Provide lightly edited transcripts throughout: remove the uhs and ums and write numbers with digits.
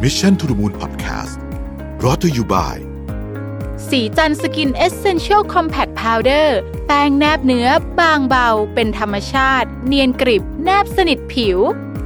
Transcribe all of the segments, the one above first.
Mission to the Moon Podcast brought to you by สีจันทร์สกินเอเซนเชียลคอมแพคพาวเดอร์แป้งแนบเนื้อบางเบาเป็นธรรมชาติเนียนกริบแนบสนิทผิว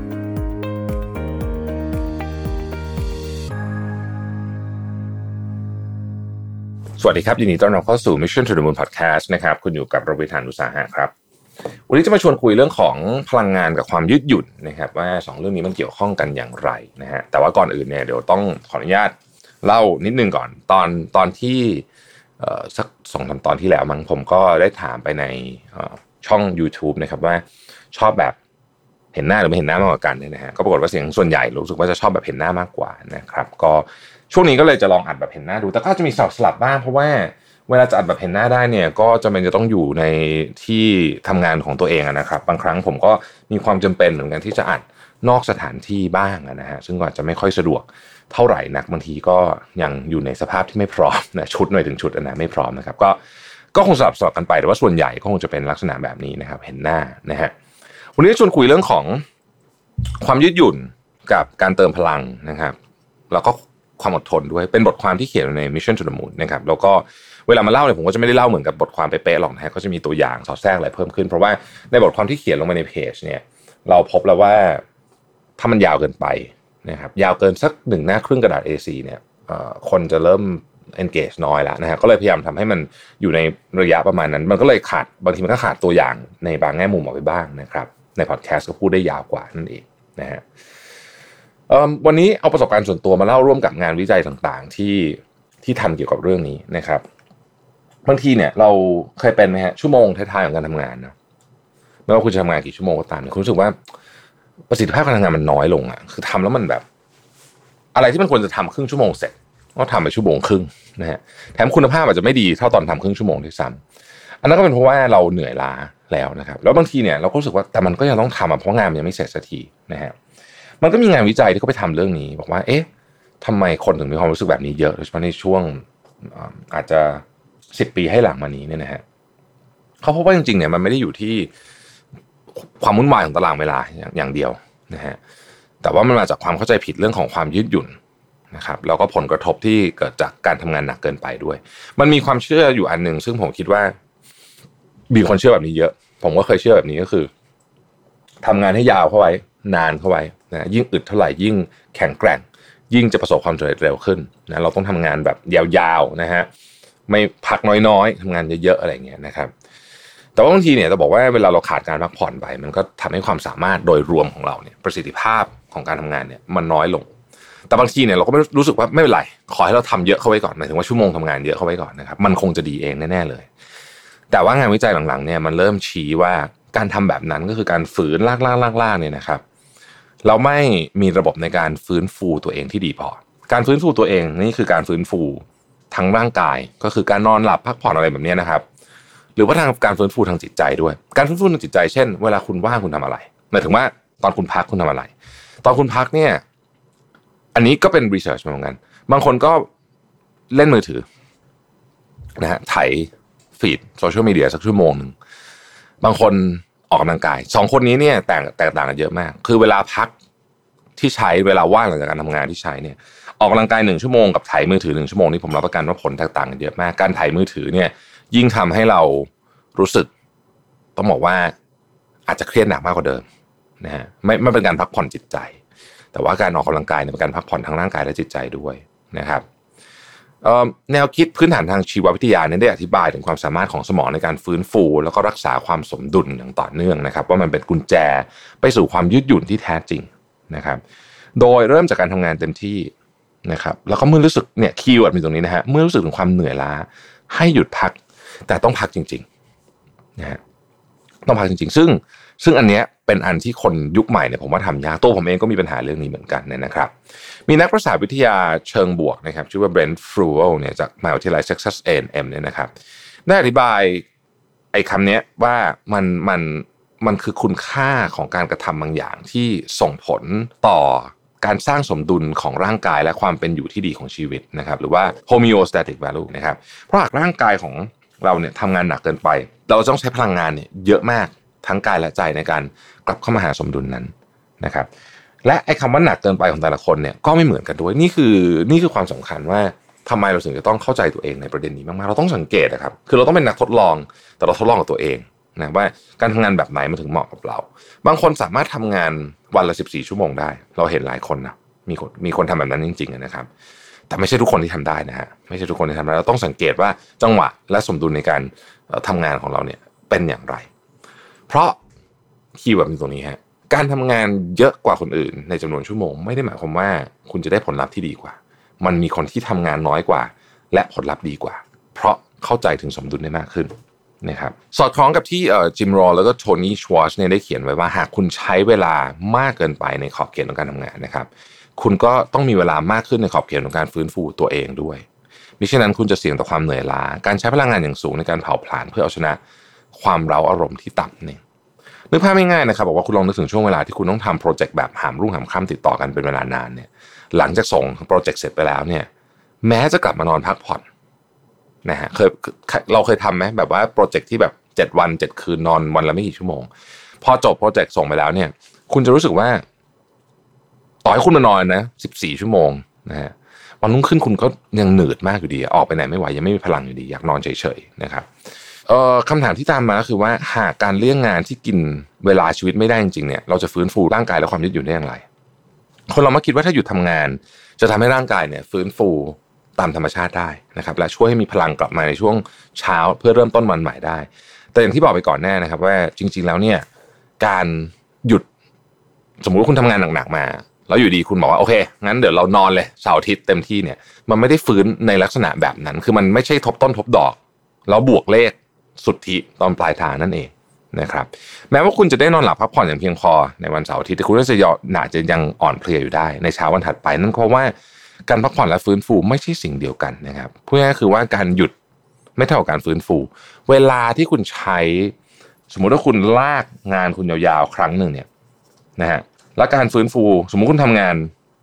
สวัสดีครับยินดีต้อนรับเข้าสู่ Mission to the Moon Podcast นะครับคุณอยู่กับโรบิน หาญอุตสาหะครับวันนี้จะมาชวนคุยเรื่องของพลังงานกับความยืดหยุ่นนะครับว่า2เรื่องนี้มันเกี่ยวข้องกันอย่างไรนะฮะแต่ว่าก่อนอื่นเนี่ยเดี๋ยวต้องขออนุญาตเล่านิดนึงก่อนตอนที่สัก 2-3 ตอนที่แล้วมั้งผมก็ได้ถามไปในช่อง YouTube นะครับว่าชอบแบบเห็นหน้าหรือไม่เห็นหน้ามากกว่ากันเนี่ยนะฮะก็ปรากฏว่าเสียงส่วนใหญ่รู้สึกว่าจะชอบแบบเห็นหน้ามากกว่านะครับก็ช่วงนี้ก็เลยจะลองอัดแบบเห็นหน้าดูแต่ก็จะมีสลับบ้างเพราะว่าเวลาจะอัดแบบเห็นหน้าได้เนี่ยก็จำเป็นจะต้องอยู่ในที่ทำงานของตัวเองนะครับบางครั้งผมก็มีความจำเป็นเหมือนกันที่จะอัดนอกสถานที่บ้างนะฮะซึ่งก็อาจจะไม่ค่อยสะดวกเท่าไหร่นักบางทีก็ยังอยู่ในสภาพที่ไม่พร้อมนะชุดหน่อยถึงชุดนะไม่พร้อมนะครับก็คงสลับกันไปแต่ว่าส่วนใหญ่ก็คงจะเป็นลักษณะแบบนี้นะครับเห็นหน้านะฮะวันนี้ชวนคุยเรื่องของความยืดหยุ่นกับการเติมพลังนะครับแล้วก็ความอดทนด้วยเป็นบทความที่เขียนใน Mission to the Moon นะครับแล้วก็เวลามาเล่าเนี่ยผมก็จะไม่ได้เล่าเหมือนกับบทความเป๊ะๆหรอกนะฮะก็จะมีตัวอย่างสอดแทรกอะไรเพิ่มขึ้นเพราะว่าในบทความที่เขียนลงมาในเพจเนี่ยเราพบแล้วว่าถ้ามันยาวเกินไปนะครับยาวเกินสัก1 หน้าครึ่งกระดาษ A4 เนี่ยคนจะเริ่ม engage น้อยแล้วนะฮะก็เลยพยายามทำให้มันอยู่ในระยะประมาณนั้นมันก็เลยขาดบางทีมันก็ขาดตัวอย่างในบางแง่มุมออกไปบ้างนะครับในพอดแคสต์ก็พูดได้ยาวกว่านั่นเองนะฮะวันนี้เอาประสบการณ์ส่วนตัวมาเล่าร่วมกับงานวิจัยต่างๆที่ทำเกี่ยวกับเรื่องนี้นะครับบางทีเนี่ยเราเคยเป็นไหมฮะชั่วโมงท้ายๆของการทำงานนะไม่ว่าคุณจะทำงานกี่ชั่วโมงก็ตามคุณรู้สึกว่าประสิทธิภาพการทำงานมันน้อยลงอ่ะคือทำแล้วมันแบบอะไรที่มันควรจะทำครึ่งชั่วโมงเสร็จก็ทำไปชั่วโมงครึ่งนะฮะแถมคุณภาพอาจจะไม่ดีเท่าตอนทำครึ่งชั่วโมงด้วยซ้ำอันนั้นก็เป็นเพราะว่าเราเหนื่อยล้าแล้วนะครับแล้วบางทีเนี่ยเราก็รู้สึกว่าแต่มันก็ยังต้องทำเพราะงานมันยังไม่เสร็จสักทีนะฮะมันก็มีงานวิจัยที่เขาไปทำเรื่องนี้บอกว่าเอ๊ะทำไมคนถึงมีความรู้สึกแบบนี้เยอะโดยเฉพาะในช่วงอาจจะ10 ปีให้หลังมานี้เนี่ยนะฮะเขาพบว่าจริงๆเนี่ยมันไม่ได้อยู่ที่ความวุ่นวายของตารางเวลาอย่างเดียวนะฮะแต่ว่ามันมาจากความเข้าใจผิดเรื่องของความยืดหยุ่นนะครับแล้วก็ผลกระทบที่เกิดจากการทำงานหนักเกินไปด้วยมันมีความเชื่ออยู่อันนึงซึ่งผมคิดว่ามีคนเชื่อแบบนี้เยอะผมก็เคยเชื่อแบบนี้ก็คือทำงานให้ยาวเข้าไว้นานเข้าไว้นะยิ่งอึดเท่าไหร่ยิ่งแข็งแกร่งยิ่งจะประสบความสำเร็จเร็วขึ้นนะเราต้องทำงานแบบยาวๆนะฮะไม่พักน้อยๆทำงานเยอะๆอะไรเงี้ยนะครับแต่ว่าบางทีเนี่ยจะบอกว่าเวลาเราขาดการพักผ่อนไปมันก็ทำให้ความสามารถโดยรวมของเราเนี่ยประสิทธิภาพของการทำงานเนี่ยมันน้อยลงแต่บางทีเนี่ยเราก็ไม่รู้สึกว่าไม่เป็นไรขอให้เราทำเยอะเข้าไว้ก่อนหมายถึงว่าชั่วโมงทำงานเยอะเข้าไว้ก่อนนะครับมันคงจะดีเองแน่ๆเลยแต่ว่างานวิจัยหลังๆเนี่ยมันเริ่มชี้ว่าการทำแบบนั้นก็คือการฝืนลากๆเนี่ยนะครับเราไม่มีระบบในการฟื้นฟูตัวเองที่ดีพอการฟื้นฟูตัวเองนี่คือการฟื้นฟูทั้งร่างกายก็คือการนอนหลับพักผ่อนอะไรแบบนี้นะครับหรือว่าทางการฟื้นฟูทางจิตใจด้วยการฟื้นฟูทางจิตใจเช่นเวลาคุณว่างคุณทำอะไรหมายถึงว่าตอนคุณพักคุณทำอะไรตอนคุณพักเนี่ยอันนี้ก็เป็นรีเสิร์ชเหมือนกันบางคนก็เล่นมือถือนะฮะไถฟีดโซเชียลมีเดียสักชั่วโมงนึงบางคนออกกำลังกาย2คนนี้เนี่ยแตกต่างกันเยอะมากคือเวลาพักที่ใช้เวลาว่างหลังจากการทำงานที่ใช้เนี่ยออกกำลังกาย1 ชั่วโมงกับไถมือถือ1 ชั่วโมงนี่ผมรับประกันว่าผลแตกต่างกันเยอะมากการไถมือถือเนี่ยยิ่งทำให้เรารู้สึกต้องบอกว่าอาจจะเครียดหนักมากกว่าเดิมนะฮะไม่เป็นการพักผ่อนจิตใจแต่ว่าการออกกำลังกายเนี่ยเป็นการพักผ่อนทั้งร่างกายและจิตใจด้วยนะครับแนวคิดพื้นฐานทางชีววิทยาเนี่ยได้อธิบายถึงความสามารถของสมองในการฟื้นฟูแล้วก็รักษาความสมดุลอย่างต่อเนื่องนะครับว่ามันเป็นกุญแจไปสู่ความยืดหยุ่นที่แท้จริงนะครับโดยเริ่มจากการทำงานเต็มที่นะครับแล้วก็เมื่อรู้สึกเนี่ยคีย์เวิร์ดมีตรงนี้นะฮะเมื่อรู้สึกถึงความเหนื่อยล้าให้หยุดพักแต่ต้องพักจริงๆนะฮะต้องพักจริงๆซึ่งอันเนี้ยเป็นอันที่คนยุคใหม่เนี่ยผมว่าทำยากตัวผมเองก็มีปัญหาเรื่องนี้เหมือนกันนะครับมีนักประสาทวิทยาเชิงบวกนะครับชื่อว่าเบรนท์ฟรูเอลเนี่ยจากมหาวิทยาลัย Texas A&M เนี่ยนะครับได้อธิบายไอ้คำนี้ว่ามันคือคุณค่าของการกระทำบางอย่างที่ส่งผลต่อการสร้างสมดุลของร่างกายและความเป็นอยู่ที่ดีของชีวิตนะครับหรือว่า homeostatic value นะครับเพราะหากร่างกายของเราเนี่ยทำงานหนักเกินไปเราต้องใช้พลังงานเนี่ยเยอะมากทั้งกายและใจในการกลับเข้ามาหาสมดุลนั้นนะครับและไอ้คำว่าหนักเกินไปของแต่ละคนเนี่ยก็ไม่เหมือนกันด้วยนี่คือความสำคัญว่าทำไมเราถึงจะต้องเข้าใจตัวเองในประเด็นนี้มากๆเราต้องสังเกตนะครับคือเราต้องเป็นนักทดลองแต่เราทดลองกับตัวเองนะว่าการทำงานแบบไหนมันถึงเหมาะกับเราบางคนสามารถทำงานวันละ14ชั่วโมงได้เราเห็นหลายคนนะมีคนทำแบบนั้นจริงๆนะครับแต่ไม่ใช่ทุกคนที่ทำได้นะฮะไม่ใช่ทุกคนที่ทำได้เราต้องสังเกตว่าจังหวะและสมดุลในการทำงานของเราเนี่ยเป็นอย่างไรเพราะคีย์เวิร์ดตรงนี้ฮะการทำงานเยอะกว่าคนอื่นในจำนวนชั่วโมงไม่ได้หมายความว่าคุณจะได้ผลลัพธ์ที่ดีกว่ามันมีคนที่ทำงานน้อยกว่าและผลลัพธ์ดีกว่าเพราะเข้าใจถึงสมดุลได้มากขึ้นนะครับสอดคล้องกับที่จิมรอแล้วก็โทนี่ชวอชเนี่ยได้เขียนไว้ว่าหากคุณใช้เวลามากเกินไปในขอบเขตของการทำงานนะครับคุณก็ต้องมีเวลามากขึ้นในขอบเขตของการฟื้นฟูตัวเองด้วยมิฉะนั้นคุณจะเสี่ยงต่อความเหนื่อยล้าการใช้พลังงานอย่างสูงในการเผาผลาญเพื่อเอาชนะความเร้าอารมณ์ที่ต่ำนี่นึกภาพง่ายๆนะครับบอกว่าคุณลองนึกถึงช่วงเวลาที่คุณต้องทำโปรเจกต์แบบหามรุ่งหามค่ำติดต่อกันเป็นเวลานานเนี่ยหลังจากส่งโปรเจกต์เสร็จไปแล้วเนี่ยแม้จะกลับมานอนพักผ่อนนะฮะเราเคยทำไหมแบบว่าโปรเจกต์ที่แบบ7วัน7คืนนอนวันละไม่กี่ชั่วโมงพอจบโปรเจกต์ส่งไปแล้วเนี่ยคุณจะรู้สึกว่าต่อให้คุณมานอนนะ14ชั่วโมงนะฮะวันรุ่งขึ้นคุณก็ยังเหนื่อยมากอยู่ดีออกไปไหนไม่ไหวยังไม่มีพลังอยู่ดีอยากนอนเฉยๆนะครับคำถามที่ตามมาคือว่าหากการเลี่ยงงานที่กินเวลาชีวิตไม่ได้จริงๆเนี่ยเราจะฟื้นฟูร่างกายและความยืดหยุ่นได้อย่างไรคนเรามักคิดว่าถ้าหยุดทำงานจะทำให้ร่างกายเนี่ยฟื้นฟูตามธรรมชาติได้นะครับและช่วยให้มีพลังกลับมาในช่วงเช้าเพื่อเริ่มต้นวันใหม่ได้แต่อย่างที่บอกไปก่อนแน่นะครับว่าจริงๆแล้วเนี่ยการหยุดสมมุติว่าคุณทำงานหนักๆมาแล้วอยู่ดีคุณบอกว่าโอเคงั้นเดี๋ยวเรานอนเลยเสาร์อาทิตย์เต็มที่เนี่ยมันไม่ได้ฟื้นในลักษณะแบบนั้นคือมันไม่ใช่ทบต้นทบดอกแล้วบวกเลขสุทธิตอนปลายทางนั่นเองนะครับแม้ว่าคุณจะได้นอนหลับพักผ่อนอย่างเพียงพอในวันเสาร์อาทิตย์แต่คุณก็จะอาจจะยังอ่อนเพลียอยู่ได้ในเช้าวันถัดไปนั่นเพราะว่าการพักผ่อนและฟื้นฟูไม่ใช่สิ่งเดียวกันนะครับพูดง่ายๆคือว่าการหยุดไม่เท่ากับการฟื้นฟูเวลาที่คุณใช้สมมุติว่าคุณลากงานคุณยาวๆครั้งหนึ่งเนี่ยนะฮะและการฟื้นฟูสมมุติคุณทำงาน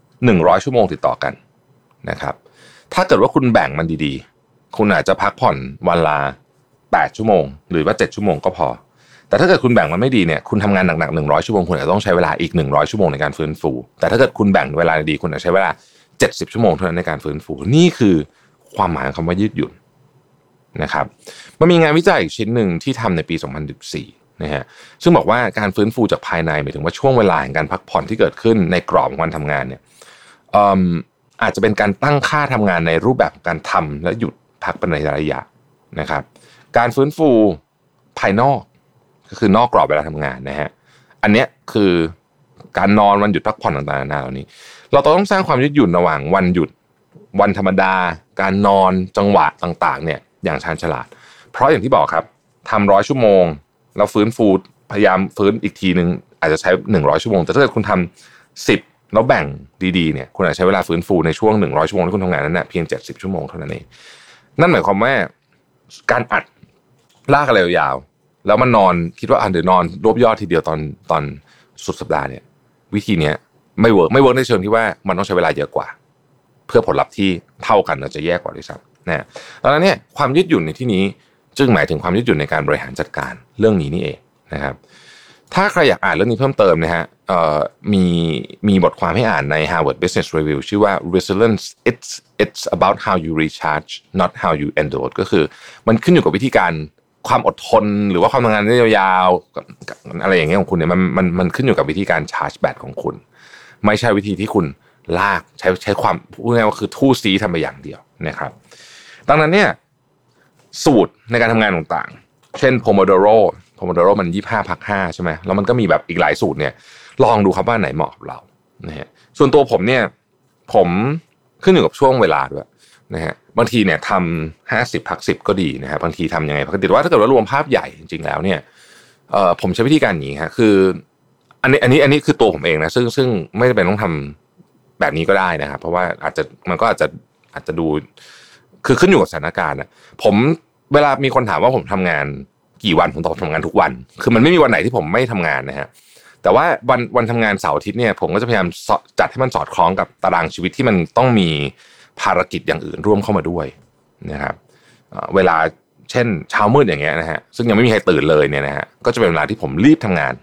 100ชั่วโมงติดต่อกันนะครับถ้าเกิดว่าคุณแบ่งมันดีๆคุณอาจจะพักผ่อนวันละ8ชั่วโมงหรือว่า7ชั่วโมงก็พอแต่ถ้าเกิดคุณแบ่งมันไม่ดีเนี่ยคุณทำงานหนักๆ100ชั่วโมงคุณอาจจะต้องใช้เวลาอีก100ชั่วโมงในการฟื้นฟูแต่ถ้าเกิดคุณแบ่งเวลาดีคุณอาจจะใช้เวลา70ชั่วโมงเท่านั้นในการฟื้นฟูนี่คือความหมายของคำว่ายืดหยุ่นนะครับมันมีงานวิจัยอีกชิ้นหนึ่งที่ทำในปี2014นะฮะซึ่งบอกว่าการฟื้นฟูจากภายในหมายถึงว่าช่วงเวลาแห่งการพักผ่อนที่เกิดขึ้นในกรอบของวันทำงานเนี่ยอาจจะเป็นการตั้งค่าทำงานในรูปแบบของการทำและหยุดพักเป็นระยะนะครับการฟื้นฟูภายนอกก็คือนอกกรอบเวลาทำงานนะฮะอันเนี้ยคือการนอนวันหยุดพักผ่อนต่างๆนานาเหล่านี้เราต้องสร้างความยืดหยุ่นระหว่างวันหยุดวันธรรมดาการนอนจังหวะต่างๆเนี่ยอย่างชาญฉลาดเพราะอย่างที่บอกครับทำ100ชั่วโมงแล้วฟื้นฟูพยายามฟื้นอีกทีนึงอาจจะใช้100ชั่วโมงแต่ถ้าเกิดคุณทำ10แล้วแบ่งดีๆเนี่ยคุณอาจจะใช้เวลาฟื้นฟูในช่วง100ชั่วโมงที่คุณทำงานนั้นน่ะเพียง70ชั่วโมงเท่านั้นเองนั่นหมายความว่าการอัดลากอะไรยาวๆแล้วมันนอนคิดว่าเดี๋ยวนอนรวบยอดทีเดียวตอนสุดสัปดาห์เนี่ยวิธีนี้ไม่เวิร์กในเชิงที่ว่ามันต้องใช้เวลาเยอะกว่าเพื่อผลลัพธ์ที่เท่ากันอาจจะแย่กว่าด้วยซ้ำนะดังนั้นเนี่ยความยืดหยุ่นในที่นี้จึงหมายถึงความยืดหยุ่นในการบริหารจัดการเรื่องนี้นี่เองนะครับถ้าใครอยากอ่านเรื่องนี้เพิ่มเติมนะฮะมีบทความให้อ่านใน Harvard Business Review ชื่อว่า Resilience it's about how you recharge not how you endure ก็คือมันขึ้นอยู่กับวิธีการความอดทนหรือว่าความทำงานยาวๆอะไรอย่างเงี้ยของคุณเนี่ยมันขึ้นอยู่กับวิธีการชาร์จแบตของคุณไม่ใช่วิธีที่คุณลากใช้ความพูดง่ายๆว่าคือทู่ซีทำไปอย่างเดียวนะครับดังนั้นเนี่ยสูตรในการทำงานต่างๆเช่น Pomodoro มัน25พัก5ใช่ไหมแล้วมันก็มีแบบอีกหลายสูตรเนี่ยลองดูครับว่าไหนเหมาะกับเรานะฮะส่วนตัวผมเนี่ยผมขึ้นอยู่กับช่วงเวลาด้วยนะฮะบางทีเนี่ยทำ50พัก10ก็ดีนะฮะบางทีทำยังไงปกติว่าถ้าเกิดว่ารวมภาพใหญ่จริงๆแล้วเนี่ยผมใช้วิธีการอย่างนี้ฮะคืออันนี้คือตัวผมเองนะซึ่งไม่จำเป็นต้องทำแบบนี้ก็ได้นะครับเพราะว่ามันก็อาจจะดูคือขึ้นอยู่กับสถานการณ์นะผมเวลามีคนถามว่าผมทำงานกี่วันผมตอบทำงานทุกวันคือมันไม่มีวันไหนที่ผมไม่ทำงานนะฮะแต่ว่าวันทำงานเสาร์อาทิตย์เนี่ยผมก็จะพยายามจัดให้มันสอดคล้องกับตารางชีวิตที่มันต้องมีภารกิจอย่างอื่นร่วมเข้ามาด้วยนะครับเวลาเช่นเช้ามืดอย่างเงี้ยนะฮะซึ่งยังไม่มีใครตื่นเลยเนี่ยนะฮะก็จะเป็นเวลาที่ผมรีบทำงาน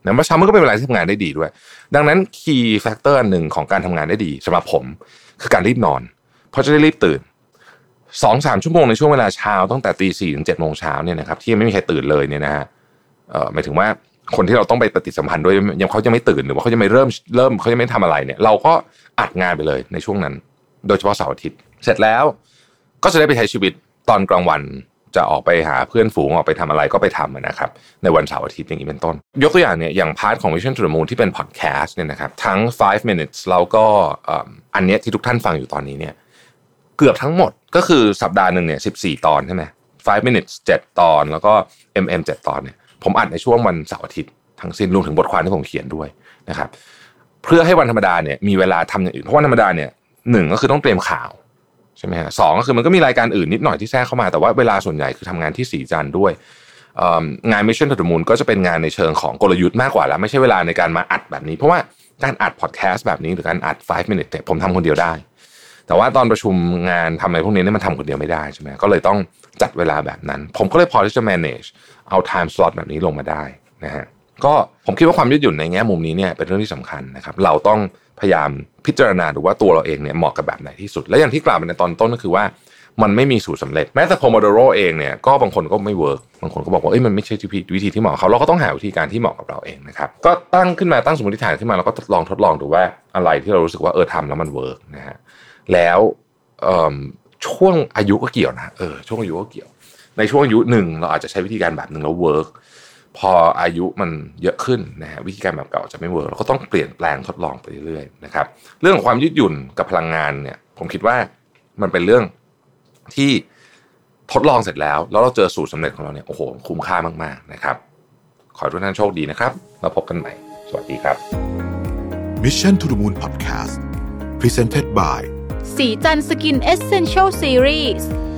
นะเมื่อเช้ามันก็เป็นเวลาที่ทำงานได้ดีด้วยดังนั้น key factor อันหนึ่งของการทำงานได้ดีสำหรับผมคือการรีบนอนเพราะจะได้รีบตื่น 2-3 ชั่วโมงในช่วงเวลาเช้าตั้งแต่ 4:00 ถึง 7:00 นเช้าเนี่ยนะครับที่ยังไม่มีใครตื่นเลยเนี่ยนะฮะหมายถึงว่าคนที่เราต้องไปปฏิสัมพันธ์ด้วยยังเขายังไม่ตื่นหรือว่าเขายังไม่เริ่มเขายังไม่ทำอะไรเนี่ยเราก็อัดงานไปเลยในช่วงนั้นโดยเฉพาะเสาร์อาทิตย์เสร็จแล้วก็จะได้ไปใช้ชีวิตตอนกลางวันจะออกไปหาเพื่อนฝูงออกไปทำอะไรก็ไปทำนะครับในวันเสาร์อาทิตย์อย่างนี้เป็นต้นยกตัวอย่างเนี่ยอย่างพาร์ทของ Mission to the Moon ที่เป็นพอดแคสต์เนี่ยนะครับทั้ง5 minutes แล้วก็อันเนี้ยที่ทุกท่านฟังอยู่ตอนนี้เนี่ยเกือบทั้งหมดก็คือสัปดาห์นึงเนี่ย14 ตอนใช่ไหม5 minutes 7 ตอนแล้วก็ 7 ตอนเนี่ยผมอัดในช่วงวันเสาร์อาทิตย์ทั้งสิ้นรวมถึงบทความที่ผมเขียนด้วยนะครับเพื่อให้วันธรรมดาเนี่ยมีเวลาทำอย่างอื่นเพราะวันธรรมดาเนี่ย1ก็คือต้องเตรียมข่าวใช่ไหมฮะ2ก็คือมันก็มีรายการอื่นนิดหน่อยที่แทรกเข้ามาแต่ว่าเวลาส่วนใหญ่คือทำงานที่สีจันทร์ด้วยงาน Mission to the Moon ก็จะเป็นงานในเชิงของกลยุทธ์มากกว่าแล้วไม่ใช่เวลาในการมาอัดแบบนี้เพราะว่าการอัดพอดแคสต์แบบนี้หรือการอัด5 minutes เนี่ยผมทำคนเดียวได้แต่ว่าตอนประชุมงานทำอะไรพวกนี้เนี่ยมันทำคนเดียวไม่ได้ใช่ไหมก็เลยต้องจัดเวลาแบบนั้นผมก็เลยพอที่จะ manage เอา time slot แบบนี้ลงมาได้นะฮะก็ผมคิดว่าความยืดหยุ่นในแง่มุมนี้เนี่ยเป็นเรื่องที่สำคัญนะครับเราต้องพยายามพิจารณาดูว่าตัวเราเองเนี่ยเหมาะกับแบบไหนที่สุดและอย่างที่กล่าวไปในตอนต้นก็คือว่ามันไม่มีสูตรสำเร็จแม้แต่ Pomodoro เองเนี่ยก็บางคนก็ไม่เวิร์กบางคนก็บอกว่ามันไม่ใช่วิธีที่เหมาะเขาเราก็ต้องหาวิธีการที่เหมาะกับเราเองนะครับก็ตั้งสมมติฐานขึ้นมาแล้วก็ทดลองดูว่าอะไรที่เรารู้สึกว่าทำแล้วมันเวิร์กนะฮะแล้วช่วงอายุก็เกี่ยวนะช่วงอายุก็เกี่ยวในช่วงอายุหนึ่งเราอาจจะใช้วิธีการแบบนึงแล้วเวิร์กพออายุมันเยอะขึ้นนะฮะวิธีการแบบเก่าจะไม่เวิร์กเราก็ต้องเปลี่ยนแปลงทดลองไปเรื่อยๆนะครับเรื่องของความยืดหยุ่นกับพลังงานเนี่ยผมคิดว่ามันเป็นเรื่องที่ทดลองเสร็จแล้วเราเจอสูตรสำเร็จของเราเนี่ยคุ้มค่ามากๆนะครับขอให้ทุกท่านโชคดีนะครับมาพบกันใหม่สวัสดีครับ Mission to the Moon Podcast Presented by สีจันทร์สกินเอสเซนเชียลซีรีส์